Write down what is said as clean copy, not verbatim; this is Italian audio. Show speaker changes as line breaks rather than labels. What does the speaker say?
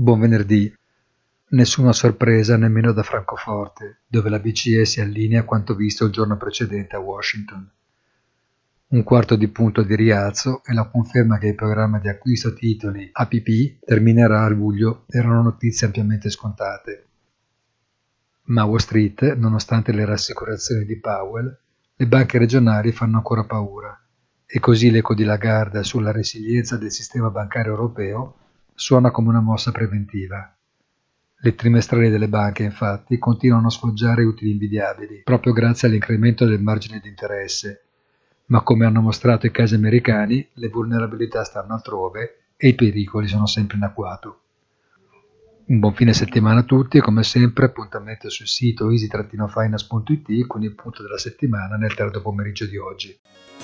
Buon venerdì. Nessuna sorpresa nemmeno da Francoforte, dove la BCE si allinea a quanto visto il giorno precedente a Washington. Un quarto di punto di rialzo e la conferma che il programma di acquisto titoli APP terminerà a luglio erano notizie ampiamente scontate. Ma a Wall Street, nonostante le rassicurazioni di Powell, le banche regionali fanno ancora paura e così l'eco di Lagarde sulla resilienza del sistema bancario europeo suona come una mossa preventiva. Le trimestrali delle banche, infatti, continuano a sfoggiare utili invidiabili, proprio grazie all'incremento del margine di interesse. Ma come hanno mostrato i casi americani, le vulnerabilità stanno altrove e i pericoli sono sempre in agguato. Un buon fine settimana a tutti e come sempre appuntamento sul sito easy-finance.it con il punto della settimana nel tardo pomeriggio di oggi.